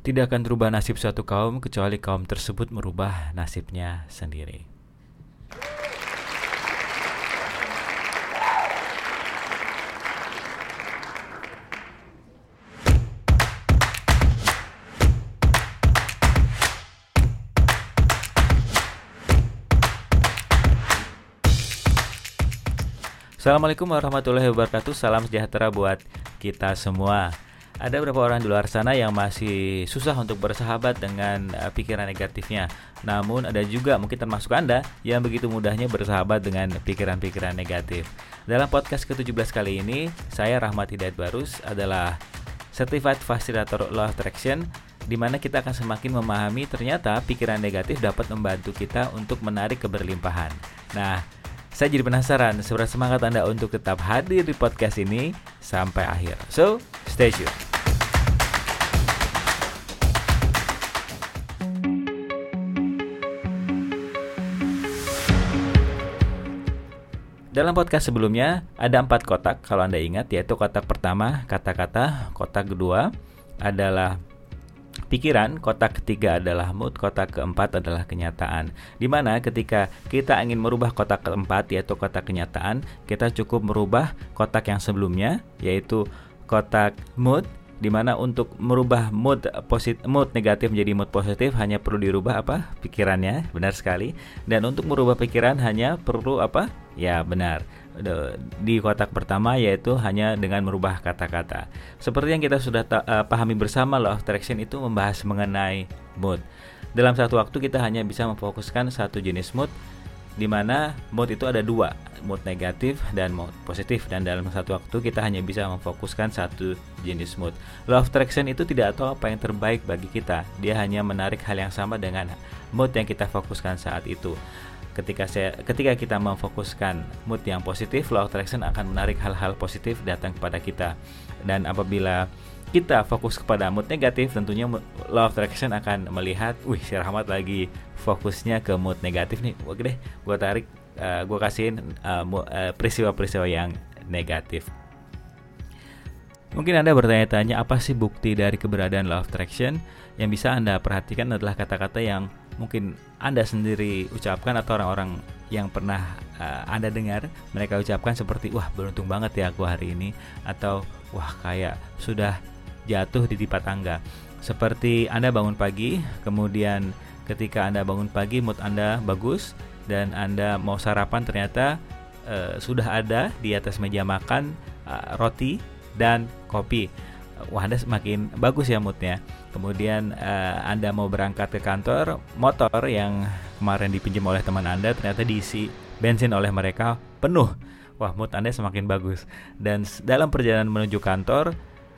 Tidak akan berubah nasib suatu kaum kecuali kaum tersebut merubah nasibnya sendiri. Assalamualaikum warahmatullahi wabarakatuh. Salam sejahtera buat kita semua. Ada beberapa orang di luar sana yang masih susah untuk bersahabat dengan pikiran negatifnya. Namun ada juga mungkin termasuk Anda yang begitu mudahnya bersahabat dengan pikiran-pikiran negatif. Dalam podcast ke-17 kali ini, saya Rahmat Hidayat Barus adalah Certified Facilitator Law of Attraction, di mana kita akan semakin memahami ternyata pikiran negatif dapat membantu kita untuk menarik keberlimpahan. Nah, saya jadi penasaran seberapa semangat Anda untuk tetap hadir di podcast ini sampai akhir. So, stay tune. Dalam podcast sebelumnya ada 4 kotak kalau Anda ingat, yaitu kotak pertama kata-kata, kotak kedua adalah pikiran, kotak ketiga adalah mood, kotak keempat adalah kenyataan. Dimana ketika kita ingin merubah kotak keempat yaitu kotak kenyataan, kita cukup merubah kotak yang sebelumnya yaitu kotak mood, dimana untuk merubah mood negatif menjadi mood positif hanya perlu dirubah pikirannya, benar sekali. Dan untuk merubah pikiran hanya perlu ya benar, di kotak pertama yaitu hanya dengan merubah kata-kata. Seperti yang kita sudah pahami bersama, Law of Attraction itu membahas mengenai mood. Dalam satu waktu kita hanya bisa memfokuskan satu jenis mood, di mana mood itu ada 2, mood negatif dan mood positif, dan dalam satu waktu kita hanya bisa memfokuskan satu jenis mood. Law of Attraction itu tidak tahu apa yang terbaik bagi kita, dia hanya menarik hal yang sama dengan mood yang kita fokuskan saat itu. Ketika kita memfokuskan mood yang positif, Law of Attraction akan menarik hal-hal positif datang kepada kita. Dan apabila kita fokus kepada mood negatif, tentunya Law of Attraction akan melihat, si Rahmat lagi fokusnya ke mood negatif nih. Oke deh, gue kasihin peristiwa-peristiwa yang negatif. Mungkin Anda bertanya-tanya, apa sih bukti dari keberadaan Law of Attraction? Yang bisa Anda perhatikan adalah kata-kata yang mungkin Anda sendiri ucapkan atau orang-orang yang pernah Anda dengar mereka ucapkan seperti, wah beruntung banget ya aku hari ini, atau wah kayak sudah jatuh di tipa tangga. Seperti Anda bangun pagi, kemudian ketika Anda bangun pagi mood Anda bagus, dan Anda mau sarapan ternyata sudah ada di atas meja makan roti dan kopi. Wah, Anda semakin bagus ya moodnya. Kemudian Anda mau berangkat ke kantor, motor yang kemarin dipinjam oleh teman Anda ternyata diisi bensin oleh mereka penuh. Wah, mood Anda semakin bagus. Dan dalam perjalanan menuju kantor,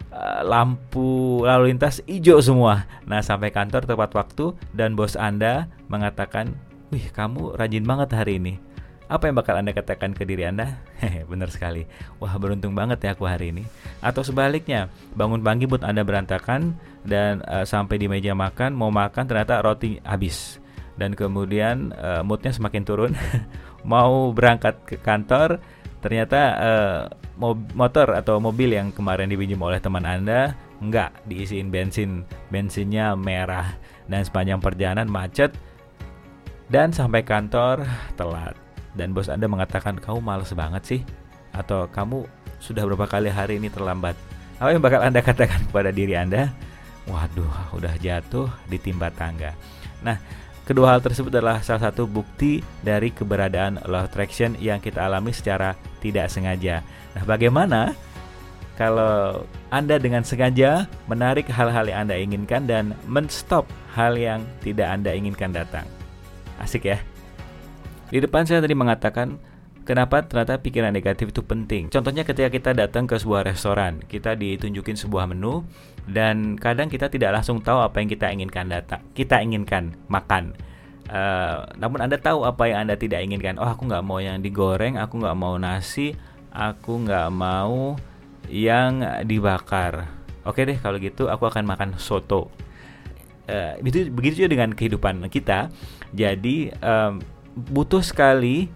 lampu lalu lintas hijau semua. Nah, sampai kantor tepat waktu dan bos Anda mengatakan, "Wih, kamu rajin banget hari ini." Apa yang bakal Anda katakan ke diri Anda? Benar sekali. Wah, beruntung banget ya aku hari ini. Atau sebaliknya, bangun pagi mood Anda berantakan dan sampai di meja makan, mau makan ternyata roti habis. Dan kemudian moodnya semakin turun. Mau berangkat ke kantor, ternyata motor atau mobil yang kemarin dipinjam oleh teman Anda enggak diisiin bensin. Bensinnya merah dan sepanjang perjalanan macet dan sampai kantor telat. Dan bos Anda mengatakan, kamu malas banget sih, atau kamu sudah berapa kali hari ini terlambat. Apa yang bakal Anda katakan kepada diri Anda? Waduh, udah jatuh ditimpa tangga. Nah, kedua hal tersebut adalah salah satu bukti dari keberadaan Law of Attraction yang kita alami secara tidak sengaja. Nah, bagaimana kalau Anda dengan sengaja menarik hal-hal yang Anda inginkan dan men-stop hal yang tidak Anda inginkan datang? Asik ya? Di depan saya tadi mengatakan kenapa ternyata pikiran negatif itu penting. Contohnya ketika kita datang ke sebuah restoran, kita ditunjukin sebuah menu dan kadang kita tidak langsung tahu apa yang kita inginkan makan. Namun Anda tahu apa yang Anda tidak inginkan. Oh, aku nggak mau yang digoreng, aku nggak mau nasi, aku nggak mau yang dibakar. Oke deh, kalau gitu aku akan makan soto. Begitu juga dengan kehidupan kita. Jadi butuh sekali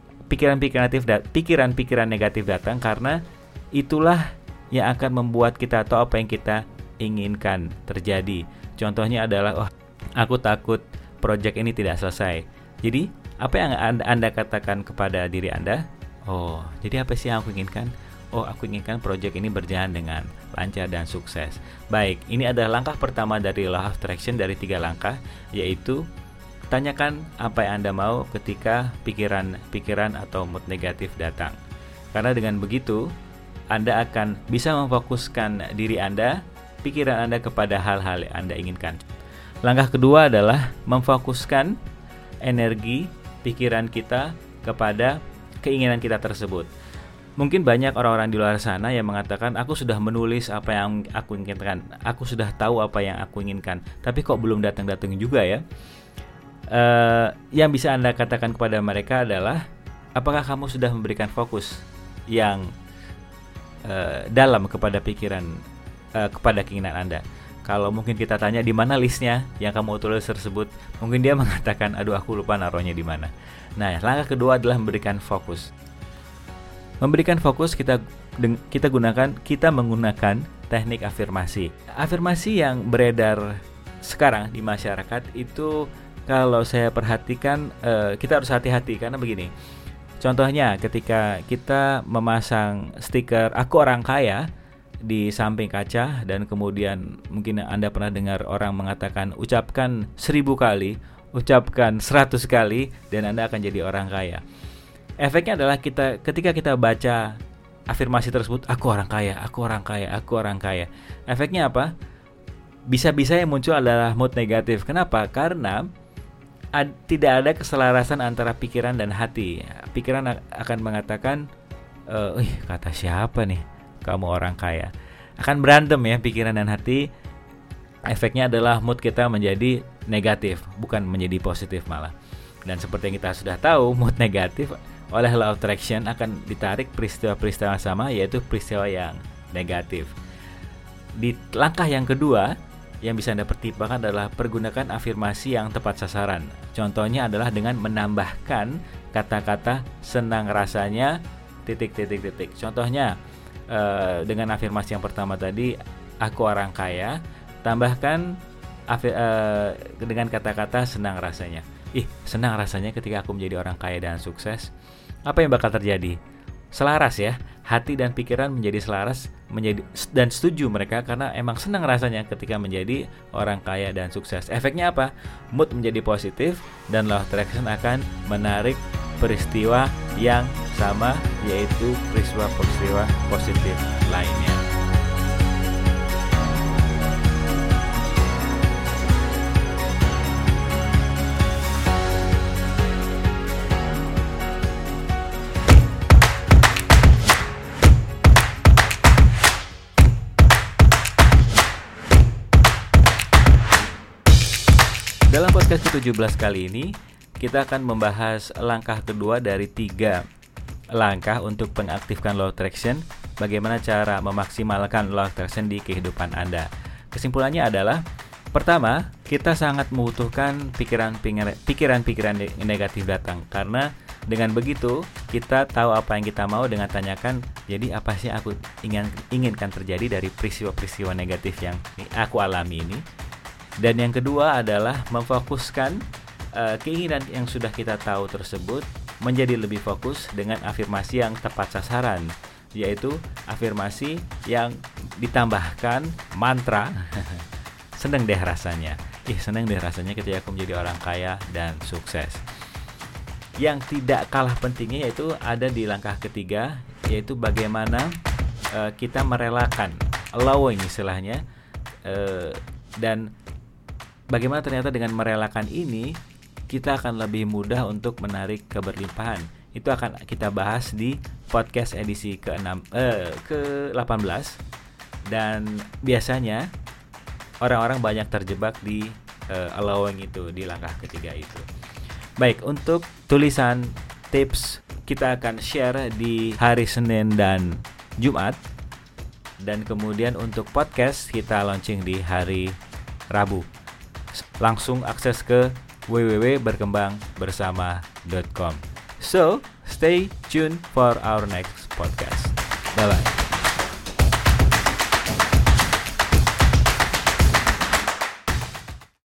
pikiran-pikiran negatif datang, karena itulah yang akan membuat kita tahu apa yang kita inginkan terjadi. Contohnya adalah, aku takut project ini tidak selesai. Jadi, apa yang Anda katakan kepada diri Anda? Jadi apa sih yang aku inginkan? Aku inginkan project ini berjalan dengan lancar dan sukses. Baik, ini adalah langkah pertama dari Law of Attraction dari 3 langkah, yaitu tanyakan apa yang Anda mau ketika pikiran atau mood negatif datang. Karena dengan begitu, Anda akan bisa memfokuskan diri Anda, pikiran Anda kepada hal-hal yang Anda inginkan. Langkah kedua adalah memfokuskan energi pikiran kita kepada keinginan kita tersebut. Mungkin banyak orang-orang di luar sana yang mengatakan, aku sudah menulis apa yang aku inginkan, aku sudah tahu apa yang aku inginkan, tapi kok belum datang-datang juga ya. Yang bisa Anda katakan kepada mereka adalah, apakah kamu sudah memberikan fokus yang dalam kepada pikiran, kepada keinginan Anda? Kalau mungkin kita tanya di mana listnya yang kamu tulis tersebut, mungkin dia mengatakan, aduh aku lupa naruhnya di mana. Nah, langkah kedua adalah memberikan fokus. Memberikan fokus kita menggunakan teknik afirmasi. Afirmasi yang beredar sekarang di masyarakat itu, kalau saya perhatikan, kita harus hati-hati karena begini. Contohnya ketika kita memasang stiker aku orang kaya di samping kaca, dan kemudian mungkin Anda pernah dengar orang mengatakan ucapkan 1000 kali, ucapkan 100 kali, dan Anda akan jadi orang kaya. Efeknya adalah ketika kita baca afirmasi tersebut, aku orang kaya, aku orang kaya, aku orang kaya. Efeknya apa? Bisa-bisa yang muncul adalah mood negatif. Kenapa? Karena tidak ada keselarasan antara pikiran dan hati. Pikiran akan mengatakan, kata siapa nih kamu orang kaya. Akan berantem ya pikiran dan hati. Efeknya adalah mood kita menjadi negatif, bukan menjadi positif malah. Dan seperti yang kita sudah tahu, mood negatif oleh Law of Attraction akan ditarik peristiwa-peristiwa sama, yaitu peristiwa yang negatif. Di langkah yang kedua yang bisa Anda pertimbangkan adalah pergunakan afirmasi yang tepat sasaran. Contohnya adalah dengan menambahkan kata-kata senang rasanya ... Contohnya dengan afirmasi yang pertama tadi, aku orang kaya, tambahkan dengan kata-kata senang rasanya. Senang rasanya ketika aku menjadi orang kaya dan sukses. Apa yang bakal terjadi? Selaras ya, hati dan pikiran menjadi selaras, dan setuju mereka karena emang senang rasanya ketika menjadi orang kaya dan sukses. Efeknya apa? Mood menjadi positif, dan Law of Attraction akan menarik peristiwa yang sama, yaitu peristiwa-peristiwa positif lainnya. Dalam podcast ke-17 kali ini, kita akan membahas langkah kedua dari 3 langkah untuk mengaktifkan Law of Attraction. Bagaimana cara memaksimalkan Law of Attraction di kehidupan Anda. Kesimpulannya adalah, pertama, kita sangat membutuhkan pikiran-pikiran negatif datang. Karena dengan begitu, kita tahu apa yang kita mau dengan tanyakan, jadi apa sih yang aku inginkan terjadi dari peristiwa-peristiwa negatif yang aku alami ini. Dan yang kedua adalah memfokuskan keinginan yang sudah kita tahu tersebut menjadi lebih fokus dengan afirmasi yang tepat sasaran, yaitu afirmasi yang ditambahkan mantra seneng deh rasanya. Seneng deh rasanya ketika aku menjadi orang kaya dan sukses. Yang tidak kalah pentingnya yaitu ada di langkah ketiga, yaitu bagaimana kita merelakan, allowing istilahnya, dan bagaimana ternyata dengan merelakan ini kita akan lebih mudah untuk menarik keberlimpahan. Itu akan kita bahas di podcast edisi ke-18. Dan biasanya orang-orang banyak terjebak di allowing itu, di langkah ketiga itu. Baik, untuk tulisan tips kita akan share di hari Senin dan Jumat. Dan kemudian untuk podcast kita launching di hari Rabu. Langsung akses ke www.berkembangbersama.com. So, stay tuned for our next podcast. Bye-bye.